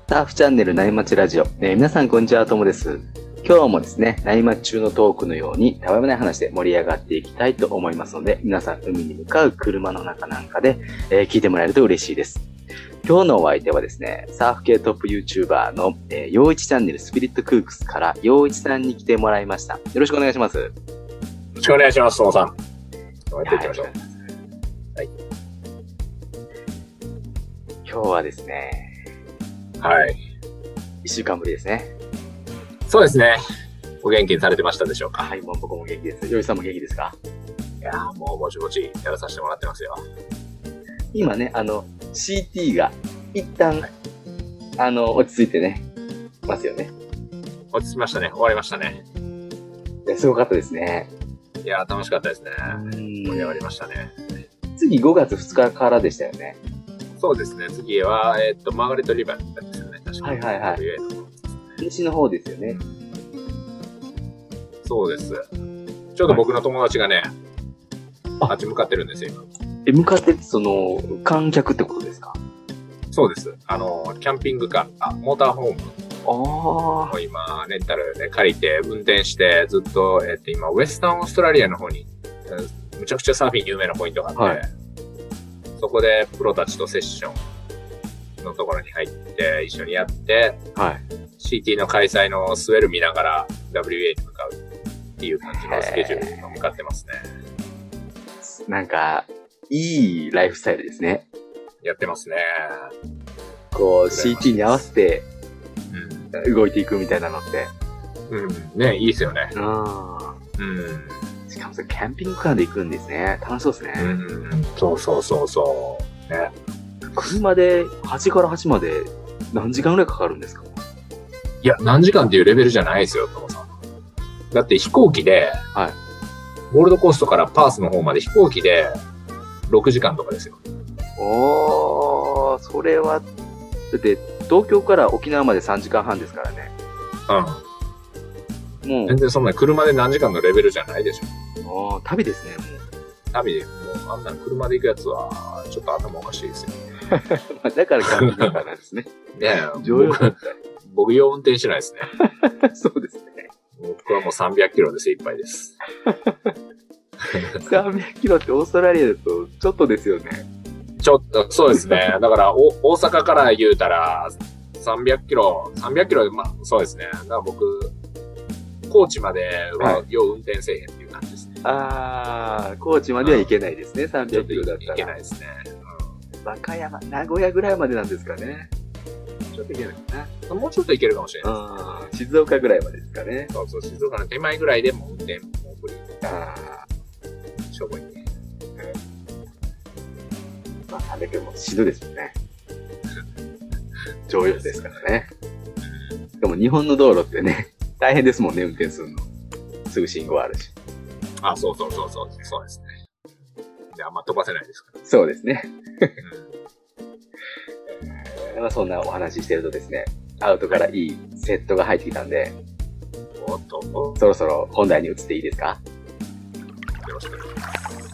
サーフチャンネル内町ラジオ、皆さんこんにちは、ともです。今日もですね、内町中のトークのようにたわいもない話で盛り上がっていきたいと思いますので、皆さん海に向かう車の中なんかで、聞いてもらえると嬉しいです。今日のお相手はですね、サーフ系トップ YouTuber の、陽一チャンネルスピリットクークスから陽一さんに来てもらいました。よろしくお願いします。 よろしくお願いします、ともさん。やっていきましょう。はい。 今日はですね、 はい。 1週間ぶりですね。 そうですね。お元気にされてましたでしょうか。 はい、もう僕も元気です。陽一さんも元気ですか？ いやー、もうぼちぼちやらさせてもらってますよ。 今ね、CT が一旦、落ち着いてね、ますよね。 落ち着きましたね。終わりましたね。 いや、すごかったですね。 いやー、楽しかったですね。盛り上がりましたね。 次5月2日からでしたよね。 そうですね。次は、マーガレットリバーですよね。確かに。 はいはいはい。西の方ですよね。 そうです。ちょうど僕の友達がね、あっち向かってるんですよ、 今。向かって、観客ってことですか？ そうです。キャンピングカー、モーターホームを今、レンタルで借りて、運転して、ずっと、今、ウェスタンオーストラリアの方に、むちゃくちゃサーフィン有名なポイントがあって、はい、そこでプロたちとセッションのところに入って一緒にやって、はい、CT の開催のスウェル見ながら WA に向かうっていう感じのスケジュールに向かってますね。 なんか、いいライフスタイルですね。 やってますね。 こう、CT に合わせて、動いていくみたいなのって。 うん。ね、いいですよね。 しかもそれキャンピングカーで行くんですね。楽しそうですね。 そうね。 車で端から端まで何時間ぐらいかかるんですか？ いや、何時間っていうレベルじゃないですよ、トモさん。だって飛行機で、はい。ゴールドコーストからパースの方まで飛行機で6時間とかですよ。 それは、だって東京から沖縄まで3時間半ですからね。 もう。全然そんな車で何時間のレベルじゃないでしょ。旅ですね、もう。 旅で、もうあんな車で行くやつは、ちょっと頭おかしいですよ。 だからキャンピングカーなんですね。 ねえ。僕用運転しないですね。 そうですね。 僕はもう300キロで精一杯です。 300キロってオーストラリアだとちょっとですよね。 ちょっと、そうですね。だから大阪から言うたら300キロ、まあそうですね。だから僕、高知までは要運転せえへんっていう感じですね。 高知までは行けないですね、300キロだったら。 行けないですね。 和歌山、名古屋ぐらいまでなんですかね。ちょっと行けないかな。もうちょっと行けるかもしれないですね。静岡ぐらいまでですかね。 そうそう、静岡の手前ぐらいでもう運転も無理。しょぼいね。 まあ300キロもしんどいですよね。乗用ですからね。でも日本の道路ってね、大変ですもんね、運転するの。すぐ信号あるし。 そうですね。で、あんま飛ばせないですから。 そうですね。まあそんなお話ししてるとですね、アウトからいいセットが入ってきたんで、そろそろ本題に移っていいですか？ よろしくお願いします。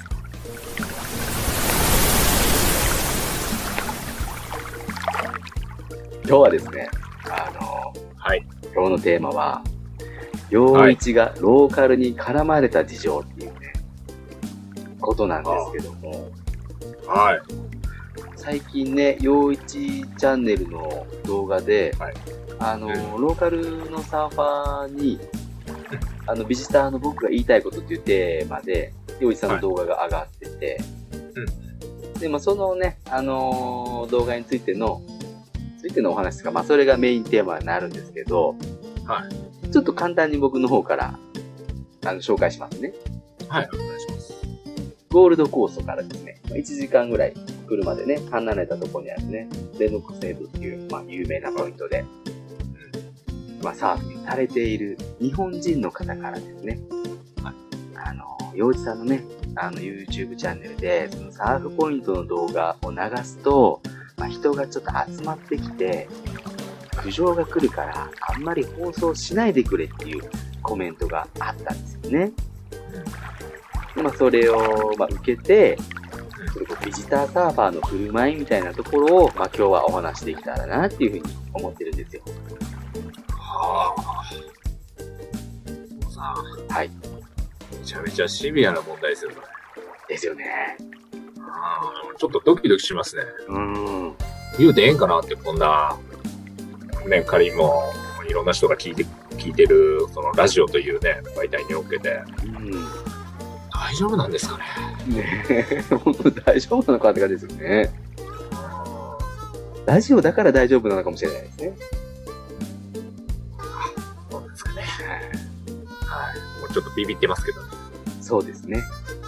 今日はですね、 はい。 今日のテーマは、陽一がローカルに絡まれた事情っていうね、ことなんですけども、 はい。 最近ね、陽一チャンネルの動画で、はい、ローカルのサーファーに、ビジターの僕が言いたいことっていうテーマで、陽一さんの動画が上がってて、で、まあ、そのね、動画についてのお話ですが、まあ、それがメインテーマになるんですけど、はい。ちょっと簡単に僕の方から、紹介しますね。 はい、お願いします。 ゴールドコーストからですね、1時間ぐらい車でね、離れたところにあるね、レノックセーブっていう、まあ、有名なポイントで、まあ、サーフィンされている日本人の方からですね、陽一さんのね、YouTube チャンネルで、そのサーフポイントの動画を流すと、まあ、人がちょっと集まってきて、苦情が来るから、あんまり放送しないでくれっていうコメントがあったんですよね。でまあ、それを、まあ、受けて、それこビジターサーファーの振る舞いみたいなところを、まあ、今日はお話しできたらなっていうふうに思ってるんですよ。 はあ。さあ。 はい。 めちゃめちゃシビアな問題ですよね。 ですよね。 ちょっとドキドキしますね。言うてええんかなって、こんな、ね、仮にもいろんな人が聞いてる、そのラジオというね、媒体におけて、大丈夫なんですかね。 ねえ、本当大丈夫なのかって感じですよね。ラジオだから大丈夫なのかもしれないですね。 そうなんですかね。はい。もうちょっとビビってますけどね。 そうですね。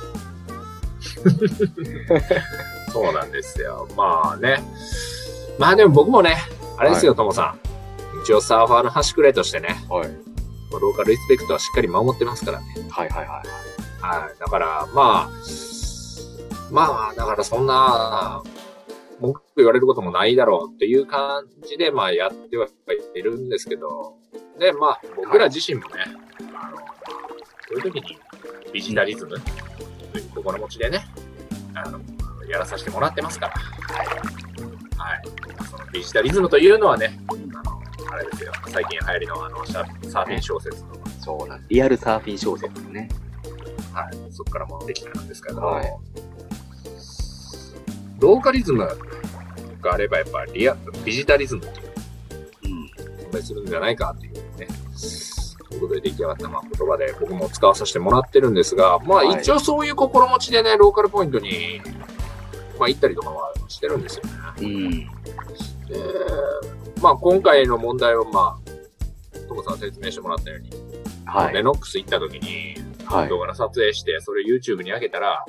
そうなんですよ。まあね。まあでも僕もね、あれですよ、ともさん。一応サーファーの端くれとしてね。 はい。 ローカルリスペクトはしっかり守ってますからね。 はいはいはい。 はい。だから、まあ、だからそんな、文句言われることもないだろうっていう感じで、まあやってはいるんですけど、で、まあ僕ら自身もね、そういう時にビジタリズムという心持ちでね、やらさせてもらってますから。はい。そのビジタリズムというのはね、あれですよ、最近流行りのサーフィン小説の。 そうなんです。リアルサーフィン小説ですね。 はい。そこからもできたんですけど、 はい、 ローカリズムがあればやっぱビジタリズムっていう、存在するんじゃないかっていうね、ということで出来上がった言葉で僕も使わさせてもらってるんですが、まあ一応そういう心持ちでね、ローカルポイントに、まあ行ったりとかはしてるんですよね。で、まあ今回の問題はまあ、トモさん説明してもらったように、はい、レノックス行った時に、動画の撮影して、それを YouTube に上げたら、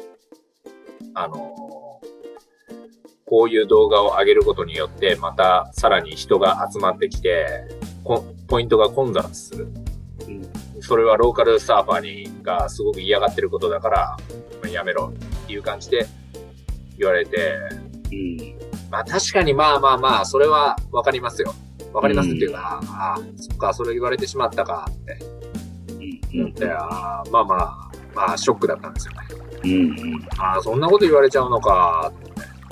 こういう動画を上げることによって、またさらに人が集まってきて、ポイントが混雑する。それはローカルサーファーがすごく嫌がってることだから、やめろっていう感じで言われて、まあ確かにまあ、それはわかりますよ。わかりますっていうか、そっか、それ言われてしまったかって。で、まあ、ショックだったんですよね。そんなこと言われちゃうのか、って。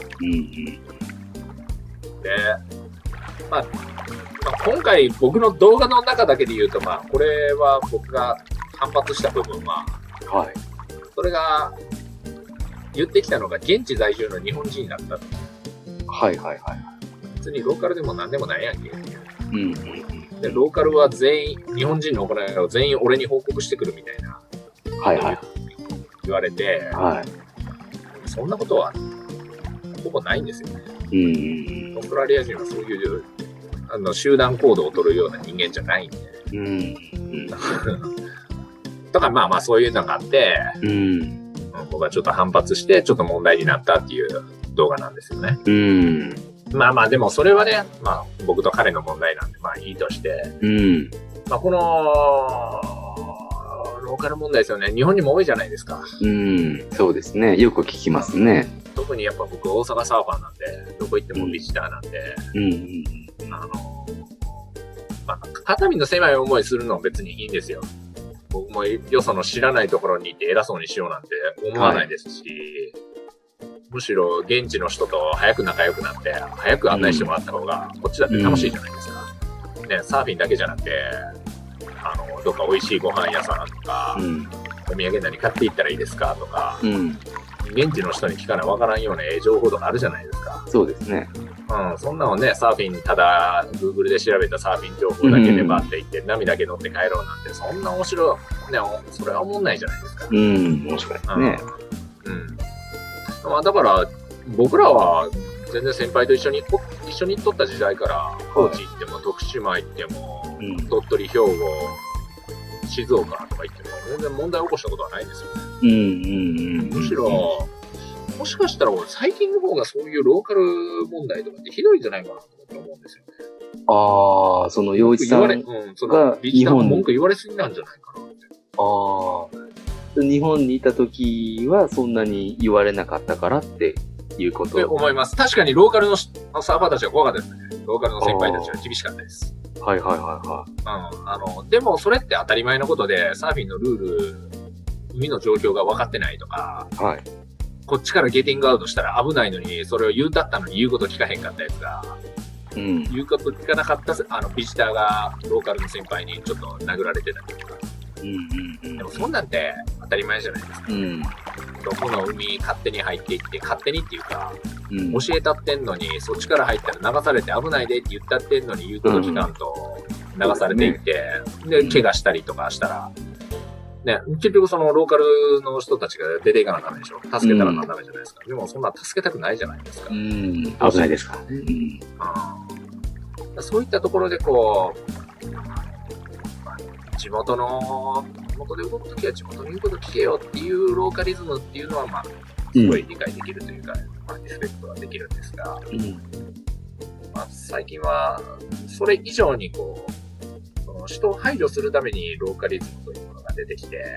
で、まあ、今回僕の動画の中だけで言うと、まあ、これは僕が反発した部分は、それが、言ってきたのが現地在住の日本人だったと。別にローカルでも何でもないやんけ。で、ローカルは全員、日本人の行いを全員俺に報告してくるみたいな。言われて、そんなことは、ほぼないんですよね。オーストラリア人はそういう、集団行動を取るような人間じゃないんで。だからまあそういうのがあって、僕はちょっと反発して、ちょっと問題になったっていう動画なんですよね。まあでもそれはね、まあ僕と彼の問題なんで、まあいいとして、まあこの、ローカル問題ですよね。日本にも多いじゃないですか。 そうですね。よく聞きますね。 特にやっぱ僕大阪サーファーなんで、どこ行ってもビジターなんで、まあ肩身の狭い思いするのは別にいいんですよ。僕もよその知らないところに行って偉そうにしようなんて思わないですし、むしろ現地の人と早く仲良くなって、早く案内してもらった方が、こっちだって楽しいじゃないですか。ね、サーフィンだけじゃなくて、どっか美味しいご飯屋さんとか、お土産何買っていったらいいですかとか、現地の人に聞かないわからんような情報とかあるじゃないですか。 そうですね。 そんなのね、サーフィン、ただ、Google で調べたサーフィン情報だけでバーって行って、波だけ乗って帰ろうなんて、そんな面白い、ね、それは思んないじゃないですか。 面白いですね。 まあだから、僕らは全然先輩と一緒に行っとった時代から、高知行っても、徳島行っても、鳥取、兵庫、静岡とか行っても、全然問題起こしたことはないんですよね。むしろ、もしかしたら最近の方がそういうローカル問題とかってひどいんじゃないかなと思うんですよね。 その洋一さんがビジターの文句言われすぎなんじゃないかなって。 日本にいた時はそんなに言われなかったからっていうことって思います。確かにローカルのサーファーたちは怖かったですね。ローカルの先輩たちは厳しかったです。でもそれって当たり前のことで、サーフィンのルール、海の状況が分かってないとか、 こっちからゲーティングアウトしたら危ないのに、それを言うたったのに言うこと聞かへんかったやつが、言うこと聞かなかったビジターがローカルの先輩にちょっと殴られてたりとか。でもそんなんて当たり前じゃないですか。どこの海勝手に入っていって、勝手にっていうか、教えたってんのに、そっちから入ったら流されて危ないでって言ったってんのに言うこと聞かんと流されていって、で、怪我したりとかしたら、ね、結局そのローカルの人たちが出ていかなダメでしょ。助けたらダメじゃないですか。でもそんな助けたくないじゃないですか。 危ないですからね。 そういったところでこう、地元で動くときは地元の言うこと聞けよっていうローカリズムっていうのは、まあ、すごい理解できるというか、まあ、リスペクトはできるんですが、まあ、最近は、それ以上にこう、その人を排除するためにローカリズムというものが出てきて、で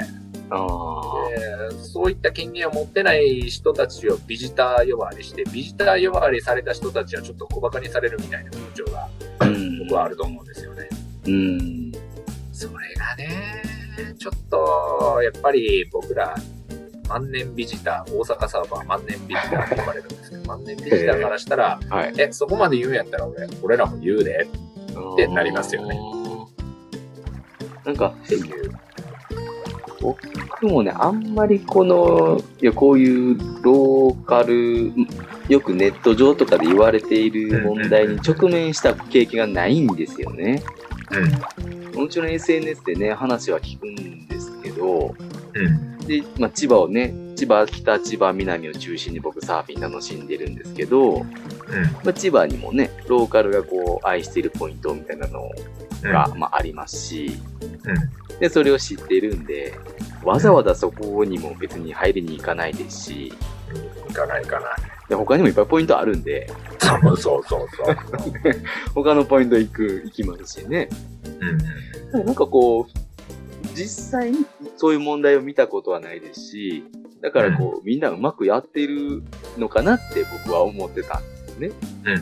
そういった権限を持ってない人たちをビジター呼ばわりして、ビジター呼ばわりされた人たちはちょっと小馬鹿にされるみたいな風潮が、僕はあると思うんですよね。それがね、ちょっと、やっぱり僕ら、万年ビジター、大阪サーバー万年ビジターと呼ばれるんですけど、万年ビジターからしたら、そこまで言うんやったら俺らも言うで、ってなりますよね。 なんか、 っていう。 僕もね、あんまりこういうローカル、よくネット上とかで言われている問題に直面した経験がないんですよね。もちろん SNS でね、話は聞くんですけど、で、まあ、千葉、北、千葉、南を中心に僕サーフィン楽しんでるんですけど、まあ、千葉にもね、ローカルがこう愛しているポイントみたいなのが、まあ、ありますし、で、それを知ってるんで、わざわざそこにも別に入りに行かないですし、 行かない。 で、他にもいっぱいポイントあるんで、 そう。 他のポイント行きますしね。なんかこう、実際にそういう問題を見たことはないですし、だからこう、みんなうまくやってるのかなって僕は思ってたんですよね。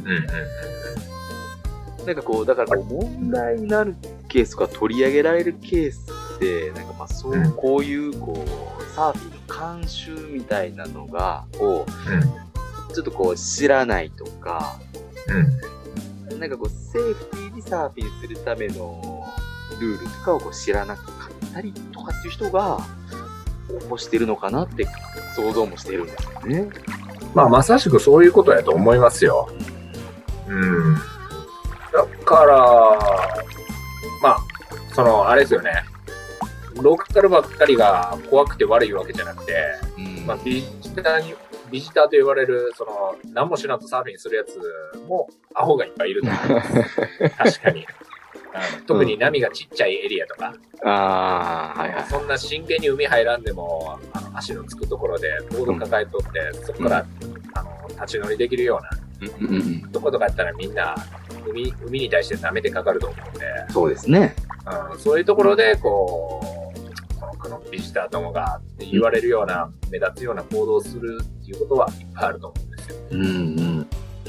なんかこう、だからこう、問題になるケースが取り上げられるケースって、なんかまあこういうこう、サーフィンの慣習みたいなのちょっとこう知らないとか、なんかこうセーフティーにサーフィンするためのルールとかをこう知らなかったりとかっていう人が応募してるのかなって想像もしてるんですよね。 まあまさしくそういうことやと思いますよ。だから、まあ、あれですよね。ローカルばっかりが怖くて悪いわけじゃなくて、まあビジターと言われる、何もしなくサーフィンするやつも、アホがいっぱいいると思います。確かに。特に波がちっちゃいエリアとか。そんな真剣に海入らんでも、足のつくところでボード抱えとって、そこから、立ち乗りできるような、とことかやったらみんな、海に対して舐めてかかると思うんで。 そうですね。 そういうところで、このビジターどもがって言われるような、目立つような行動をするっていうことはいっぱいあると思うんですよ。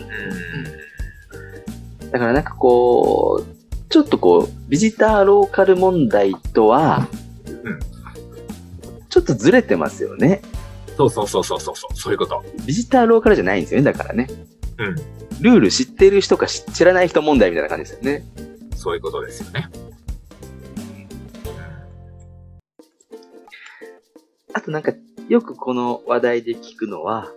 だからなんかこう、ちょっとこう、ビジターローカル問題とは、ちょっとずれてますよね。 そう、そういうこと。 ビジターローカルじゃないんですよね、だからね。ルール知ってる人か知らない人問題みたいな感じですよね。 そういうことですよね。 あとなんか、よくこの話題で聞くのは、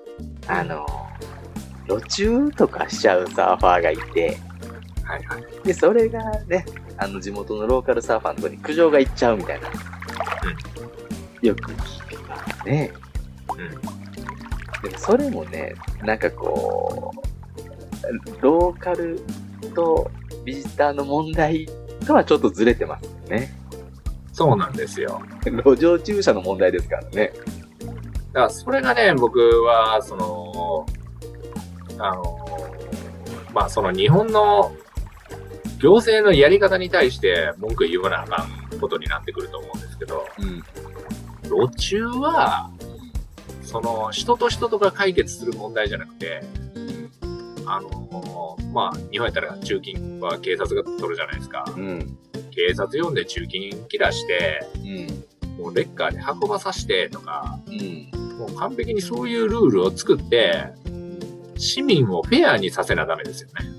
路駐とかしちゃうサーファーがいて、で、それがね、地元のローカルサーファーのところに苦情が行っちゃうみたいな。よく聞きますね。でもそれもね、なんかこう、ローカルとビジターの問題とはちょっとずれてますよね。 そうなんですよ。 路上駐車の問題ですからね。 だからそれがね、僕は、まあ、日本の行政のやり方に対して文句言わなあかんことになってくると思うんですけど、路駐は、人と人とが解決する問題じゃなくて、まあ、日本やったら駐禁は警察が取るじゃないですか。警察呼んで駐禁切らして、もうレッカーで運ばさせてとか、 もう完璧にそういうルールを作って、市民をフェアにさせなダメですよね。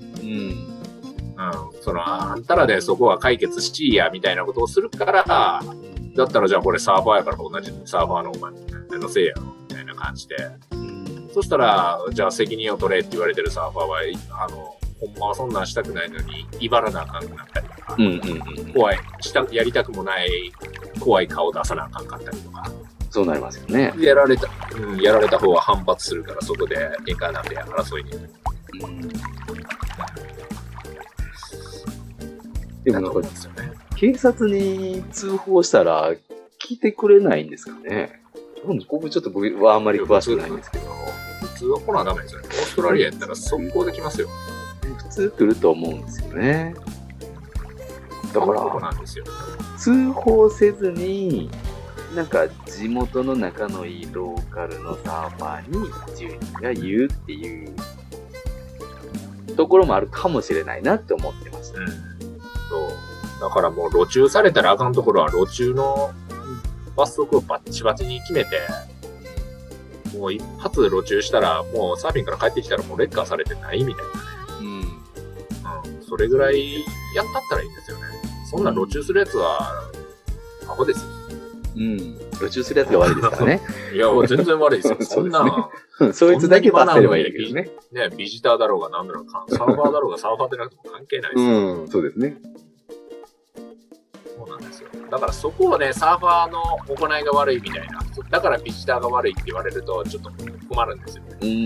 あんたらでそこは解決しや、みたいなことをするから、だったらじゃあこれサーバーやから同じサーバーのお前のせいやろ、みたいな感じで。そしたら、じゃあ責任を取れって言われてるサーバーは、ほんまはそんなんしたくないのに、威張らなあかんくなったりとか、怖い、やりたくもない怖い顔出さなあかんかったりとか。 そうなりますよね。 やられた方は反発するから、そこで喧嘩なんて争いになる。 でもなんか、警察に通報したら聞いてくれないんですかね。ここちょっと僕はあんまり詳しくないんですけど。 普通は来なダメですよね。オーストラリアやったら速攻できますよ。 普通来ると思うんですよね。だから、通報せずに、なんか地元の仲のいいローカルのサーバーに住人が言うっていうところもあるかもしれないなって思ってました。 だからもう路駐されたらあかんところは路駐の罰則をバッチバチに決めて、もう一発路駐したらもうサーフィンから帰ってきたらもうレッカーされてないみたいなね。それぐらいやったったらいいんですよね。そんな路駐するやつはアホですよ。 路駐するやつが悪いですからね。 いや、全然悪いですよ。そんな、 そいつだけ罰せればいいだけですね。 ね、ビジターだろうが何だろうが、サーバーだろうがサーバーでなくても関係ないですよ。 そうですね。 そうなんですよ。だからそこをね、サーファーの行いが悪いみたいな。だからビジターが悪いって言われるとちょっと困るんですよ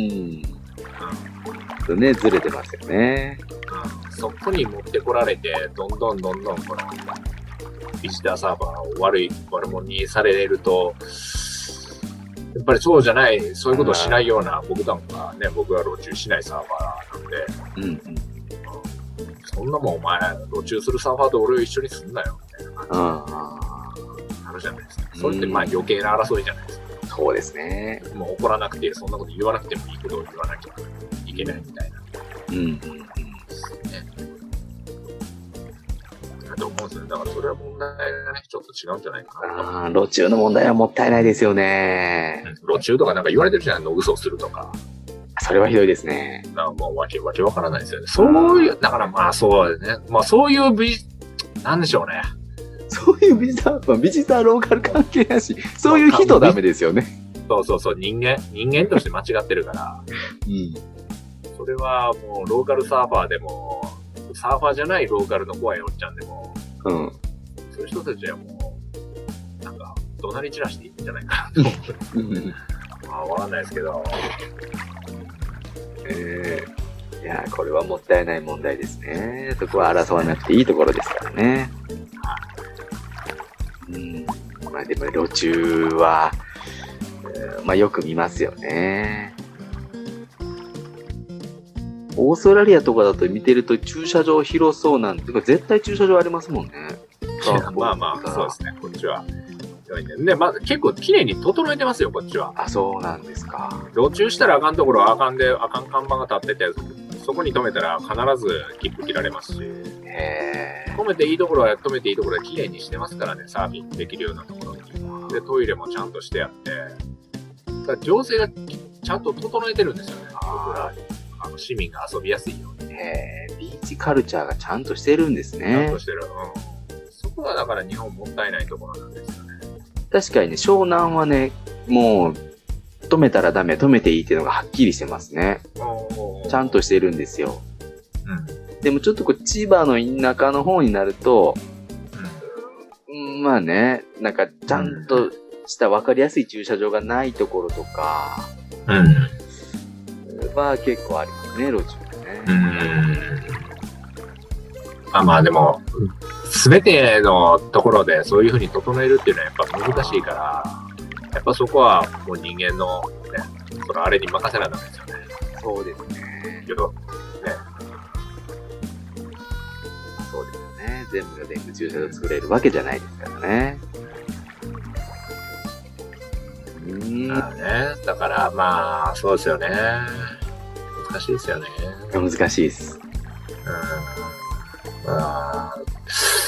ね。 ね、ずれてますよね。 そこに持ってこられて、どんどんこの、ビジターサーバーを悪者にされると、やっぱりそうじゃない、そういうことをしないような、僕は路駐しないサーバーなんで、そんなもんお前、路駐するサーバーと俺を一緒にすんなよ、みたいな感じあるじゃないですか。それってまあ余計な争いじゃないですか。 そうですね。 もう怒らなくて、そんなこと言わなくてもいいことを言わなきゃいけないみたいな。と思うんですよね。だからそれは問題がね、ちょっと違うんじゃないかな。 路駐の問題はもったいないですよね。 路駐とかなんか言われてるじゃないの、嘘をするとか。 それはひどいですね。 なんかもうわけわからないですよね。そういう、だからまあそうですね。まあそういうなんでしょうね。 そういうビジターローカル関係なし、そういう人ダメですよね。 そう、人間として間違ってるから。それはもうローカルサーファーでも、サーファーじゃないローカルの怖いおっちゃんでも、そういう人たちはもう、なんか、怒鳴り散らしていいんじゃないかなと思う。まあ、わかんないですけど。 いや、これはもったいない問題ですね。そこは争わなくていいところですからね。まあでも、路駐は、まあよく見ますよね。オーストラリアとかだと見てると駐車場広そうなんて、絶対駐車場ありますもんね。 まあ、そうですね、こっちは。で、まあ、結構綺麗に整えてますよ、こっちは。 そうなんですか。 路駐したらあかんところはあかん看板が立ってて、そこに止めたら必ず切符切られますし。止めていいところは止めていいところは綺麗にしてますからね、サーフィンできるようなところに。で、トイレもちゃんとしてあって、だから情勢がちゃんと整えてるんですよね、僕ら。市民が遊びやすいように。 ビーチカルチャーがちゃんとしてるんですね。 ちゃんとしてる。そこはだから日本もったいないところなんですよね。 確かにね、湘南はね、もう、止めたらダメ、止めていいっていうのがはっきりしてますね。ちゃんとしてるんですよ。でもちょっと千葉の田舎の方になると、まあね、なんかちゃんとした分かりやすい駐車場がないところとか、は結構ありますね、路駐ね。 まあでも、すべてのところでそういうふうに整えるっていうのはやっぱ難しいから、やっぱそこはもう人間のね、あれに任せなダメですよね。 そうですね。そうですよね。全部が全部駐車場作れるわけじゃないですからね。 だからまあ、そうですよね。難しいですよね。 難しいです。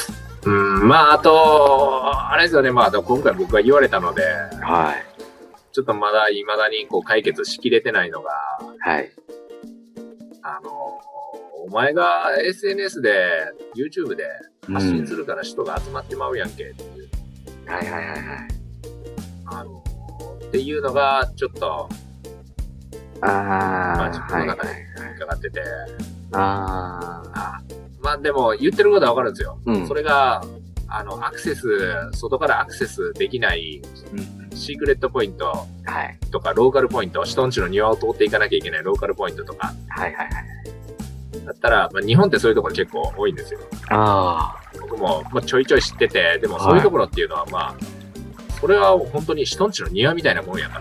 まあ、あと、あれですよね。まあ、今回僕が言われたので、 はい。 ちょっと未だにこう解決しきれてないのが、 はい。 お前が SNS で、YouTube で発信するから人が集まってまうやんけっていう。 はいはいはいはい。 っていうのが、ちょっと、まあ自分の中で引っかかってて。まあでも言ってることはわかるんですよ。それが、外からアクセスできない、シークレットポイントとか、ローカルポイント、人んちの庭を通っていかなきゃいけないローカルポイントとか。だったら、まあ、日本ってそういうところ結構多いんですよ。僕も、まあ、ちょいちょい知ってて、でもそういうところっていうのは、まあ、それは本当に人んちの庭みたいなもんやから、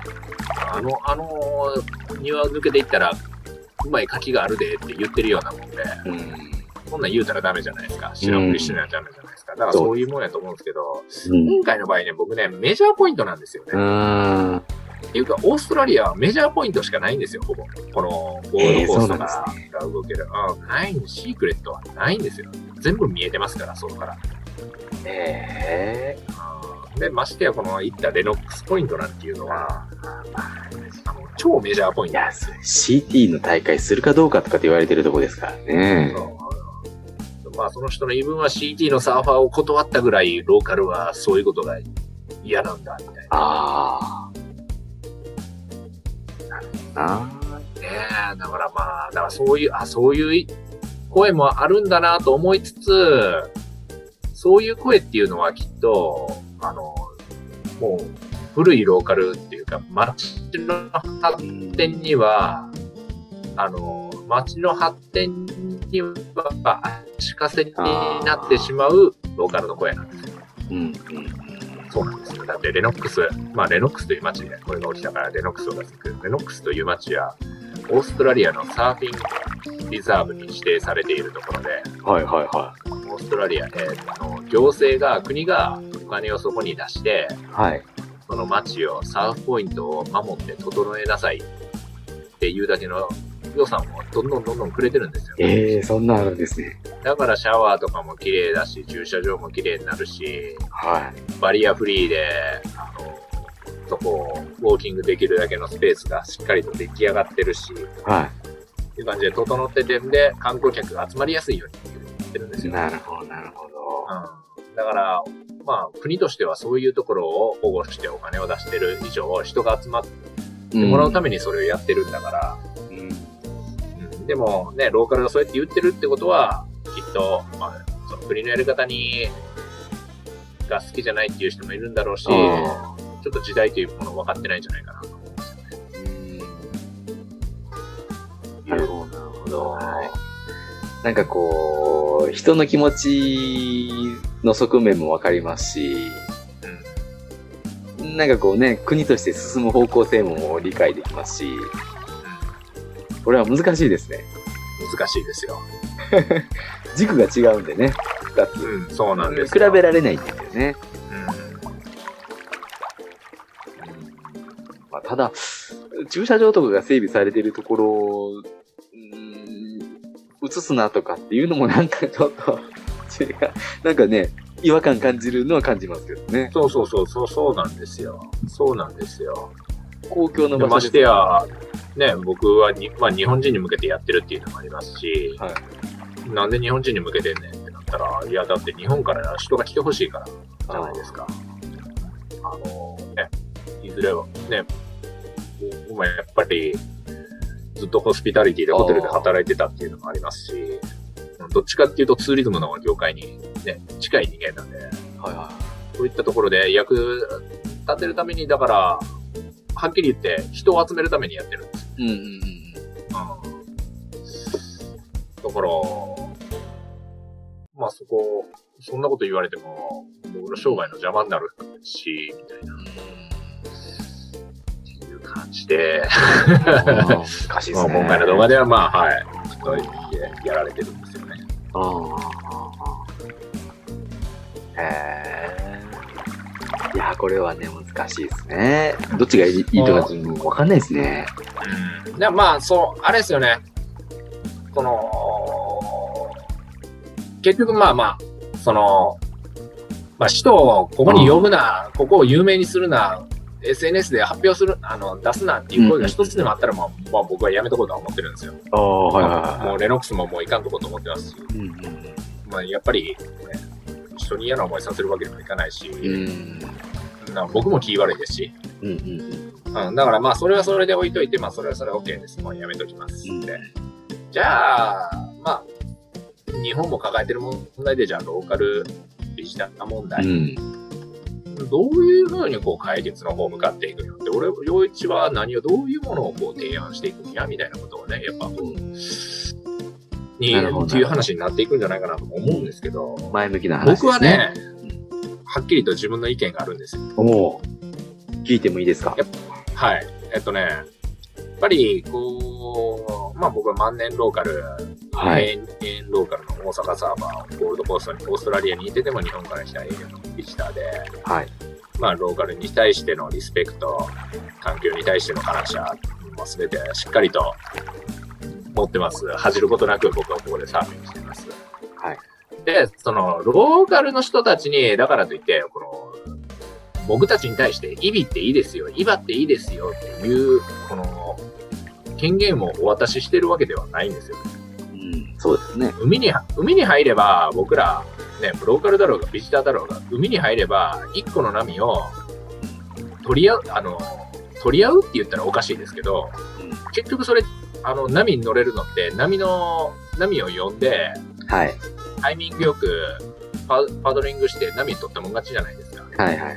庭抜けていったら、うまい柿があるでって言ってるようなもんで、そんなん言うたらダメじゃないですか。知らんふりしてないとダメじゃないですか。だからそういうもんやと思うんですけど、今回の場合ね、僕ね、メジャーポイントなんですよね。っていうか、オーストラリアはメジャーポイントしかないんですよ、ほぼ。この、ゴールドコーストが動ける。ないんシークレットはないんですよ。全部見えてますから、外から。で、ましてや、この行ったレノックスポイントなんていうのは、超メジャーポイントですよ。 CT の大会するかどうかとかって言われてるとこですからね。 まあ、その人の言い分は CT のサーファーを断ったぐらい、ローカルはそういうことが嫌なんだ、みたいな。だからまあ、だからそういう声もあるんだなと思いつつ、そういう声っていうのはきっと、もう古いローカルっていうか、街の発展には、街の発展には足かせになってしまうローカルの声なんですよ。そうなんですよ。だってレノックスという街でこれが起きたからレノックスを出す。レノックスという街はオーストラリアのサーフィンリザーブに指定されているところで、オーストラリアで行政が、国がお金をそこに出して、その街をサーフポイントを守って整えなさいっていうだけの予算をどんどんくれてるんですよ。 そんなあるんですね。 だからシャワーとかも綺麗だし、駐車場も綺麗になるし、バリアフリーで、そこをウォーキングできるだけのスペースがしっかりと出来上がってるし、っていう感じで整っててんで、観光客が集まりやすいように言ってるんですよ。 なるほど。 だから、まあ、国としてはそういうところを保護してお金を出してる以上、人が集まってもらうためにそれをやってるんだから、でもね、ローカルがそうやって言ってるってことは、きっと、まあ、その国のやり方が好きじゃないっていう人もいるんだろうし、ちょっと時代というものを分かってないんじゃないかなと思うんですよね。 なるほど。なんかこう、人の気持ちの側面も分かりますし、なんかこうね、国として進む方向性も理解できますし、これは難しいですね。 難しいですよ。 軸が違うんでね、二つ。 そうなんですよ。 比べられないんですよね。まあ、ただ、駐車場とかが整備されているところを、映すなとかっていうのもなんかちょっとなんかね、違和感感じるのは感じますけどね。 そうなんですよ。 公共の場所ましてや、ね、僕はまあ、日本人に向けてやってるっていうのもありますし、なんで日本人に向けてんねんってなったら、いや、だって日本から人が来てほしいからじゃないですか。いずれはね、僕もやっぱりずっとホスピタリティでホテルで働いてたっていうのもありますし、どっちかっていうとツーリズムの業界にね、近い人間なんで、そういったところで役立てるために、だから、はっきり言って人を集めるためにやってるんですよ。だから、まあそんなこと言われても、僕の生涯の邪魔になるし、みたいな。っていう感じで、 難しいですね。 今回の動画ではまあ、ちょっとやられてるんですよね。 いや、これはね、難しいですね。どっちがいいとかっていうのもわかんないですね。 でまあ、あれですよね。結局まあ、人をここに呼ぶな、ここを有名にするな、 SNS で発表する、出すなっていう声が一つでもあったら、まあ僕はやめとこうとは思ってるんですよ。もうレノックスももういかんとこうと思ってますし。まあやっぱり、ね、人に嫌な思いさせるわけにもいかないし、僕も気悪いですし。だからまあそれはそれで置いといて、まあそれはそれは OK です。もうやめときますんで。じゃあ、まあ、日本も抱えてる問題で、じゃあローカルビジター問題。どういうふうにこう解決の方向かっていくのって、俺、陽一はどういうものをこう提案していくんやみたいなことをね、やっぱこう、っていう話になっていくんじゃないかなと思うんですけど、 前向きな話ですね。 僕はね、はっきりと自分の意見があるんですよ。 聞いてもいいですか？ はい。やっぱり、こう、まあ僕は万年ローカル、永遠ローカルの大阪サーバー、ゴールドコーストにオーストラリアにいてても日本から来た永遠のビジターで、まあローカルに対してのリスペクト、環境に対しての感謝、もうすべてしっかりと持ってます。恥じることなく僕はここでサーフィンしています。で、そのローカルの人たちに、だからといって、この、僕たちに対して、イビっていいですよ、イバっていいですよっていう、この、権限をお渡ししてるわけではないんですよ。 そうですね。 海に入れば、僕ら、ね、ローカルだろうが、ビジターだろうが、海に入れば、一個の波を、取り合うって言ったらおかしいですけど、結局それ、波に乗れるのって、波を呼んで、タイミングよく、パドリングして波に取ったもん勝ちじゃないですか。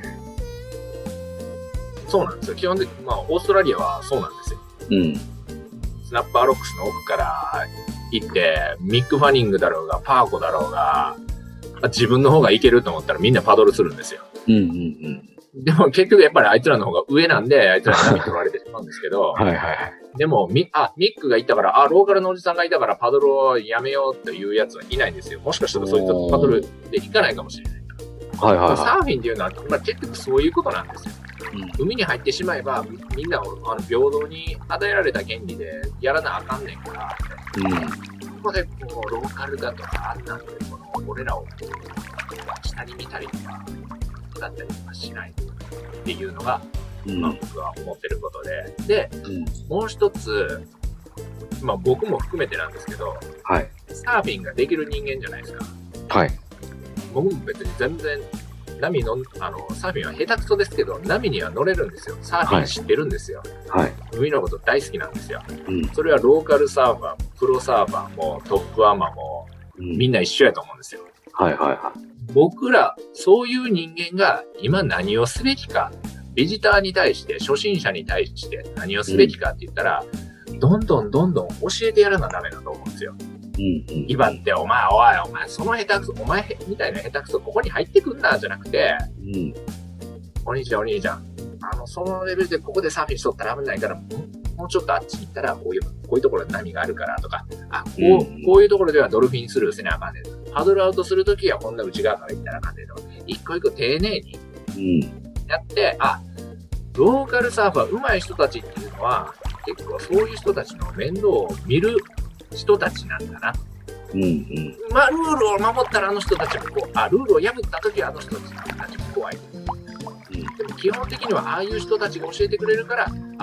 そうなんですよ。基本的に、まあ、オーストラリアはそうなんですよ。スナッパーロックスの奥から行って、ミック・ファニングだろうが、パーコだろうが、自分の方がいけると思ったらみんなパドルするんですよ。でも結局やっぱりあいつらの方が上なんで、あいつらに波取られてしまうんですけど、でもミックがいたから、ローカルのおじさんがいたからパドルをやめようというやつはいないんですよ。もしかしたらそういったパドルで行かないかもしれない。サーフィンっていうのは、まあ、結局そういうことなんですよ。海に入ってしまえば、みんな平等に与えられた権利でやらなあかんねんから、ここでこうローカルだとか、あんなんで俺らを下に見たりとか、だったりとかしないっていうのが、まあ僕は思ってることで。で、もう一つ、まあ僕も含めてなんですけど、サーフィンができる人間じゃないですか。僕も別に全然、サーフィンは下手くそですけど、波には乗れるんですよ。サーフィン知ってるんですよ。海のこと大好きなんですよ。それはローカルサーファーも、プロサーファーも、トップアマも、みんな一緒やと思うんですよ。僕ら、そういう人間が今何をすべきか、ビジターに対して、初心者に対して何をすべきかって言ったら、どんどん教えてやらなダメだと思うんですよ。今ってお前、その下手くそ、お前みたいな下手くそ、ここに入ってくんな、じゃなくて、お兄ちゃん、そのレベルでここでサーフィンしとったら危ないから、もうちょっとあっち行ったら、こういうところで波があるからとか、こういうところではドルフィンスルーせなあかんねん。パドルアウトするときはこんな内側から行ったらあかんねんとか、一個一個丁寧にやって、ローカルサーファー、上手い人たちっていうのは、結構そういう人たちの面倒を見る人たちなんだな。まあ、ルールを守ったらあの人たちもルールを破ったときはあの人たちも怖い。でも基本的にはああいう人たちが教えてくれるから、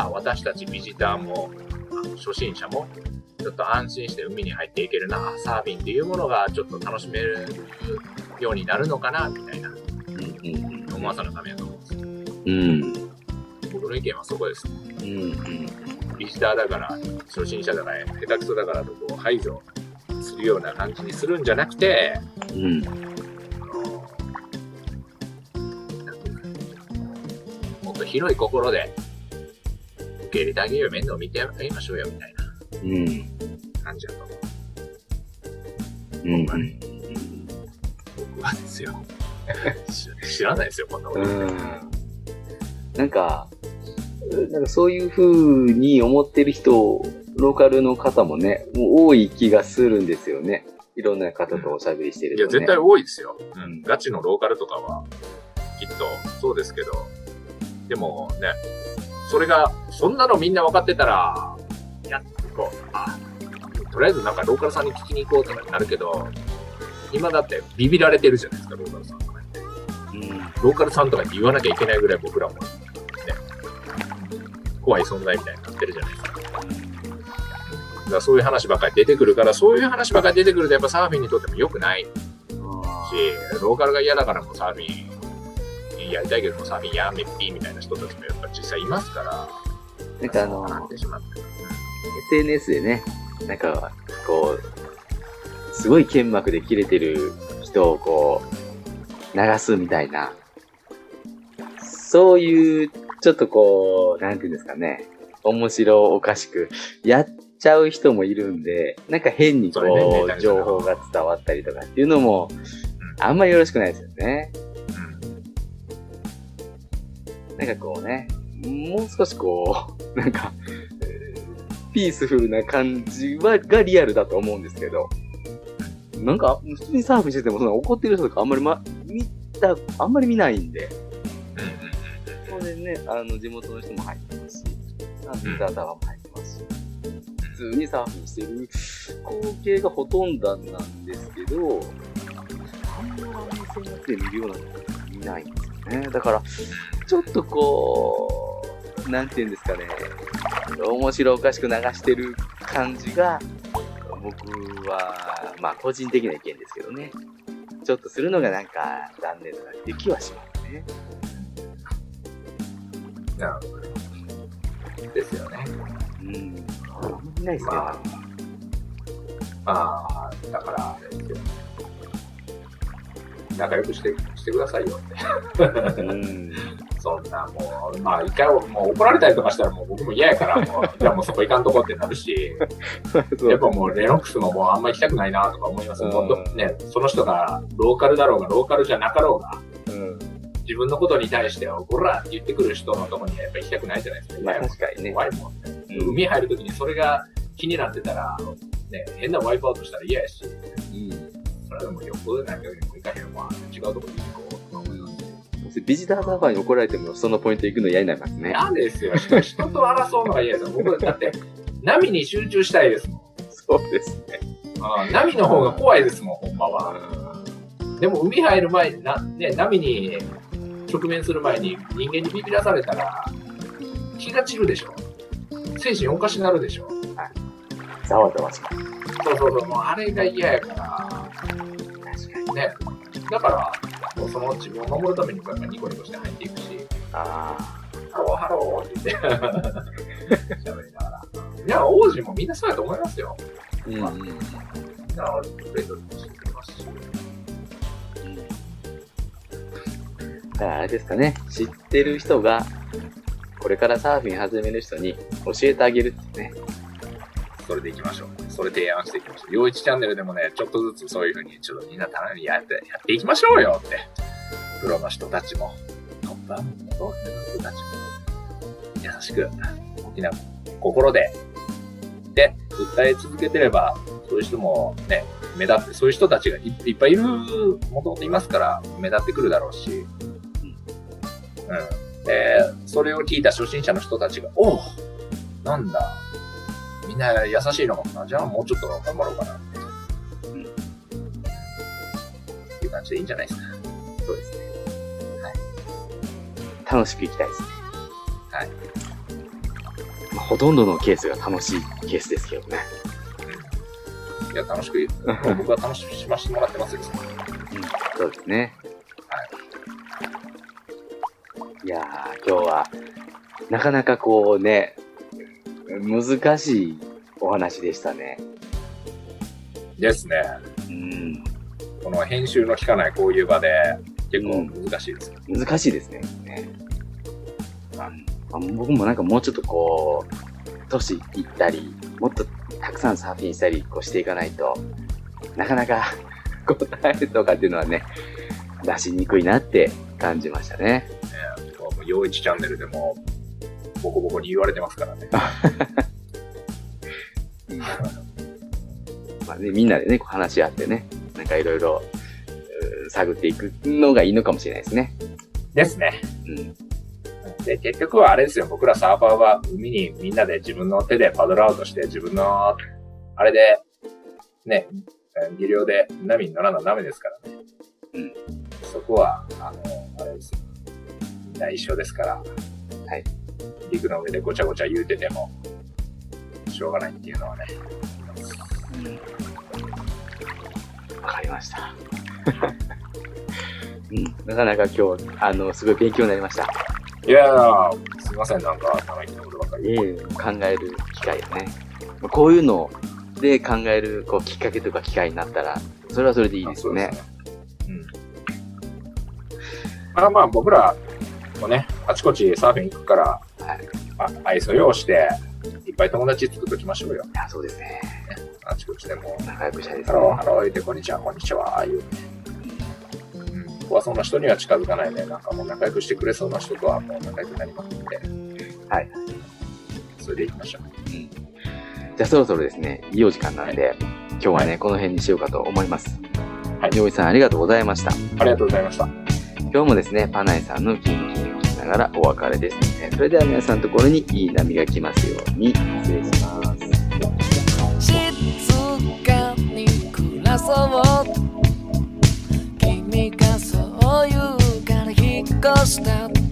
私たちビジターも、初心者も、ちょっと安心して海に入っていけるな、サーフィンっていうものがちょっと楽しめるようになるのかな、みたいな、思わさぬためだと思うんです。僕の意見はそこです。ビジターだから、初心者だから、下手くそだからとこう排除するような感じにするんじゃなくて、もっと広い心で受け入れてあげようよ、面倒見てあげましょうよ、みたいな感じだと思う。僕はですよ。知らないですよ、こんなこと。 なんかそういう風に思ってる人、ローカルの方もね、もう多い気がするんですよね。いろんな方とおしゃべりしてると、ね。 いや、絶対多いですよ。ガチのローカルとかは、きっとそうですけど、でもね、それが、そんなのみんな分かってたら、とりあえずなんかローカルさんに聞きに行こうとかなるけど、今だってビビられてるじゃないですか、ローカルさんとかって。ローカルさんとかって言わなきゃいけないぐらい僕らも怖い存在みたいになってるじゃないですか。だからそういう話ばっかり出てくるから、そういう話ばっかり出てくるとやっぱサーフィンにとっても良くないし、ローカルが嫌だからもサーフィンやりたいけどもサーフィンやめっぴみたいな人たちもやっぱ実際いますから、 なんかSNS でね、なんかこうすごい剣幕で切れてる人をこう流すみたいな、そういうちょっとこうなんていうんですかね、面白おかしくやっちゃう人もいるんで、なんか変にこう情報が伝わったりとかっていうのもあんまりよろしくないですよね。なんかこうね、もう少しこうなんかピースフルな感じがリアルだと思うんですけど、なんか普通にサーフィンしててもそんな怒ってる人とかあんまりあんまり見ないんで、それでね、地元の人も入ってますし、サーフィンザータワーも入ってますし、普通にサーフィンしてる光景がほとんどなんですけど、あんまりSNSで見るようなこと見ないんですよね。だからちょっとこうなんていうんですかね、面白おかしく流してる感じが僕はまあ個人的な意見ですけどね、ちょっとするのがなんか残念だなっていう気はしますね。 なるほどですよね。 あんまりないですね。 だからあれですよ。仲良くしてくださいよって。そんなもう一回もう怒られたりとかしたらもう僕も嫌やからじゃあもうそこ行かんとこってなるし、やっぱもうレノックスももうあんまり行きたくないなとか思います。もうね、その人がローカルだろうがローカルじゃなかろうが、自分のことに対してはゴラって言ってくる人のとこにはやっぱり行きたくないじゃないですか。 まあ確かにね。 怖いもんね。海入るときにそれが気になってたらね、変なワイプアウトしたら嫌やし。それでもよっぽどなんかよりも行かへんわ。違うところに行こうと思います。 ビジターサーファーに怒られてもそのポイント行くの嫌になりますね。 嫌ですよ。人と争うのが嫌ですよ。僕だって波に集中したいですもん。 そうですね。 波の方が怖いですもん、ほんまは。でも海入る前に波に直面する前に人間にビビらされたら気が散るでしょ。精神おかしなるでしょ。 ざわざわします。 そう、もうあれが嫌やから。確かにね。だから、もうその自分を守るためにもやっぱニコニコして入っていくし、ハローって言って、喋りながら。いや、王子もみんなそうやと思いますよ。みんな、プレートしてくれますし。 だからあれですかね、知ってる人が、これからサーフィン始める人に教えてあげるってね。 それでいきましょう。それ提案していきましょう。陽一チャンネルでもね、ちょっとずつそういう風にちょっとみんな頼みにやっていきましょうよって。プロの人たちも、トップアップの人たちも、優しく、大きな心で、訴え続けてれば、そういう人もね、目立って、そういう人たちがいっぱいいる、もともといますから、目立ってくるだろうし、で、それを聞いた初心者の人たちが、なんだ、みんな優しいのかな。じゃあもうちょっと頑張ろうかな。っていう感じでいいんじゃないですか。 そうですね。はい。楽しくいきたいですね。 はい。 ほとんどのケースが楽しいケースですけどね。 いや、楽しく、僕は楽しませてもらってますよ。 そうですね。 はい。 いやー、今日は、なかなかこうね、難しいお話でしたね。 ですね。この編集の効かないこういう場で結構難しいです。 難しいですね。僕もなんかもうちょっとこう、年いったり、もっとたくさんサーフィンしたりこうしていかないと、なかなか答えとかっていうのはね、出しにくいなって感じましたね。 陽一チャンネルでもボコボコに言われてますからね。 まあね、みんなでね、話し合ってね、なんかいろいろ探っていくのがいいのかもしれないですね。 ですね。で、結局はあれですよ、僕らサーファーは海にみんなで自分の手でパドルアウトして自分の、あれで、ね、技量で波に乗らなダメですからね。そこは、あれですよ。みんな一緒ですから、 はい。 陸の上でごちゃごちゃ言うてても、しょうがないっていうのはね。 わかりました。なかなか今日、すごい勉強になりました。 いやー、すいません、なんか、生意気なことばかり。 考える機会をね。こういうので考える、こう、きっかけとか機会になったら、それはそれでいいですよね。 まあ、僕らもね、あちこちサーフィン行くから、はい。愛想用して、いっぱい友達作っときましょうよ。 いや、そうですね。 あちこちでも。 仲良くしたいですね。 ハロー言って、こんにちは、こんにちは、言うね。怖そうな人には近づかないで、なんかもう仲良くしてくれそうな人とはもう仲良くなりますので。はい。それで行きましょう。 じゃあそろそろですね、いいお時間なんで、今日はね、この辺にしようかと思います。はい。洋一さんありがとうございました。 ありがとうございました。 今日もですね、パナイさんのキンキンを聞きながらお別れです。それでは皆さんのところにいい波が来ますように、失礼します。静かに暮らそう。君がそう言うから引っ越した。